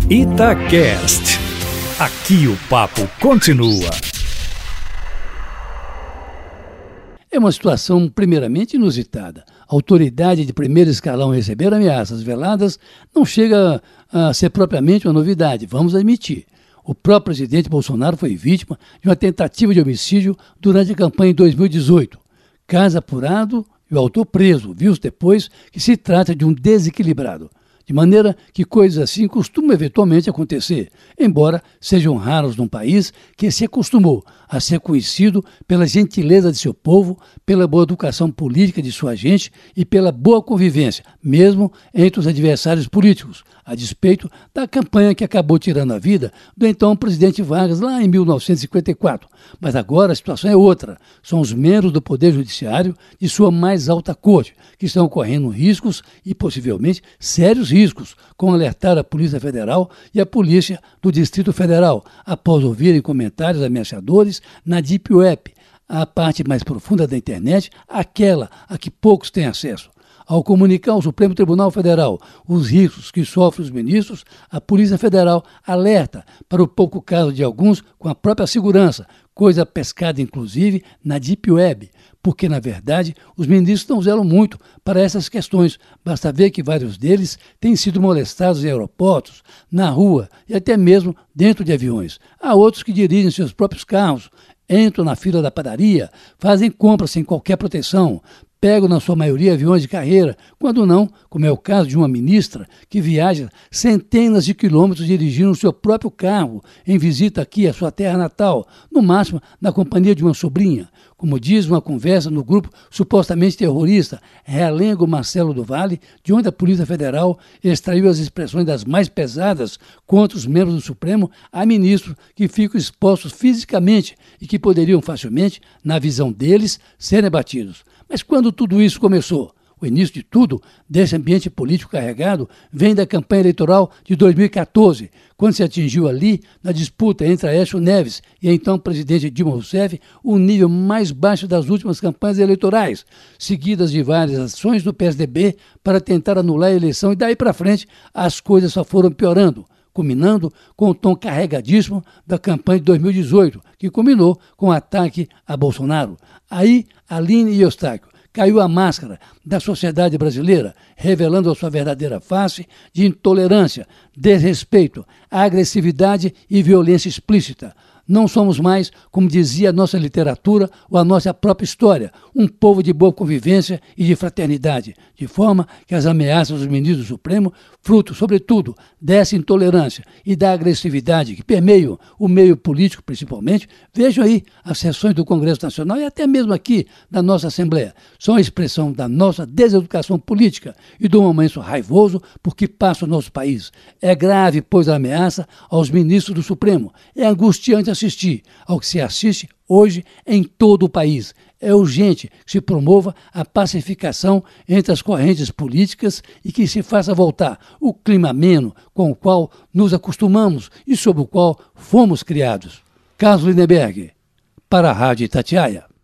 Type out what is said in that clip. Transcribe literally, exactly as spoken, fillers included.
Itacast. Aqui o papo continua. É uma situação primeiramente inusitada. A autoridade de primeiro escalão receber ameaças veladas não chega a ser propriamente uma novidade, vamos admitir. O próprio presidente Bolsonaro foi vítima de uma tentativa de homicídio durante a campanha em dois mil e dezoito. Caso apurado e o autor preso, viu-se depois que se trata de um desequilibrado. De maneira que coisas assim costumam eventualmente acontecer, embora sejam raros num país que se acostumou a ser conhecido pela gentileza de seu povo, pela boa educação política de sua gente e pela boa convivência, mesmo entre os adversários políticos, a despeito da campanha que acabou tirando a vida do então presidente Vargas lá em mil novecentos e cinquenta e quatro. Mas agora a situação é outra. São os membros do Poder Judiciário de sua mais alta corte que estão correndo riscos e possivelmente sérios riscos, como alertar a Polícia Federal e a Polícia do Distrito Federal, após ouvirem comentários ameaçadores na Deep Web, a parte mais profunda da internet, aquela a que poucos têm acesso. Ao comunicar ao Supremo Tribunal Federal os riscos que sofrem os ministros, a Polícia Federal alerta para o pouco caso de alguns com a própria segurança, coisa pescada inclusive na Deep Web, porque, na verdade, os ministros não zelam muito para essas questões. Basta ver que vários deles têm sido molestados em aeroportos, na rua e até mesmo dentro de aviões. Há outros que dirigem seus próprios carros, entram na fila da padaria, fazem compras sem qualquer proteção, pegam na sua maioria aviões de carreira, quando não, como é o caso de uma ministra que viaja centenas de quilômetros dirigindo o seu próprio carro em visita aqui à sua terra natal, no máximo na companhia de uma sobrinha. Como diz uma conversa no grupo supostamente terrorista Realengo Marcelo do Vale, de onde a Polícia Federal extraiu as expressões das mais pesadas contra os membros do Supremo, há ministros que ficam expostos fisicamente e que poderiam facilmente, na visão deles, serem abatidos. Mas quando tudo isso começou? O início de tudo, desse ambiente político carregado, vem da campanha eleitoral de dois mil e catorze, quando se atingiu ali, na disputa entre Aécio Neves e então presidente Dilma Rousseff, o nível mais baixo das últimas campanhas eleitorais, seguidas de várias ações do P S D B para tentar anular a eleição, e daí para frente as coisas só foram piorando, culminando com o tom carregadíssimo da campanha de dois mil e dezoito, que culminou com o ataque a Bolsonaro. Aí, Aline e Eustáquio, caiu a máscara da sociedade brasileira, revelando a sua verdadeira face de intolerância, desrespeito, agressividade e violência explícita. Não somos mais, como dizia a nossa literatura ou a nossa própria história, um povo de boa convivência e de fraternidade, de forma que as ameaças dos ministros do Supremo, fruto, sobretudo, dessa intolerância e da agressividade que permeiam o meio político, principalmente, vejam aí as sessões do Congresso Nacional e até mesmo aqui da nossa Assembleia, são a expressão da nossa deseducação política e do momento raivoso por que passa o nosso país. É grave, pois, a ameaça aos ministros do Supremo. É angustiante assistir ao que se assiste hoje em todo o país. É urgente que se promova a pacificação entre as correntes políticas e que se faça voltar o clima ameno com o qual nos acostumamos e sob o qual fomos criados. Carlos Lindenberg, para a Rádio Itatiaia.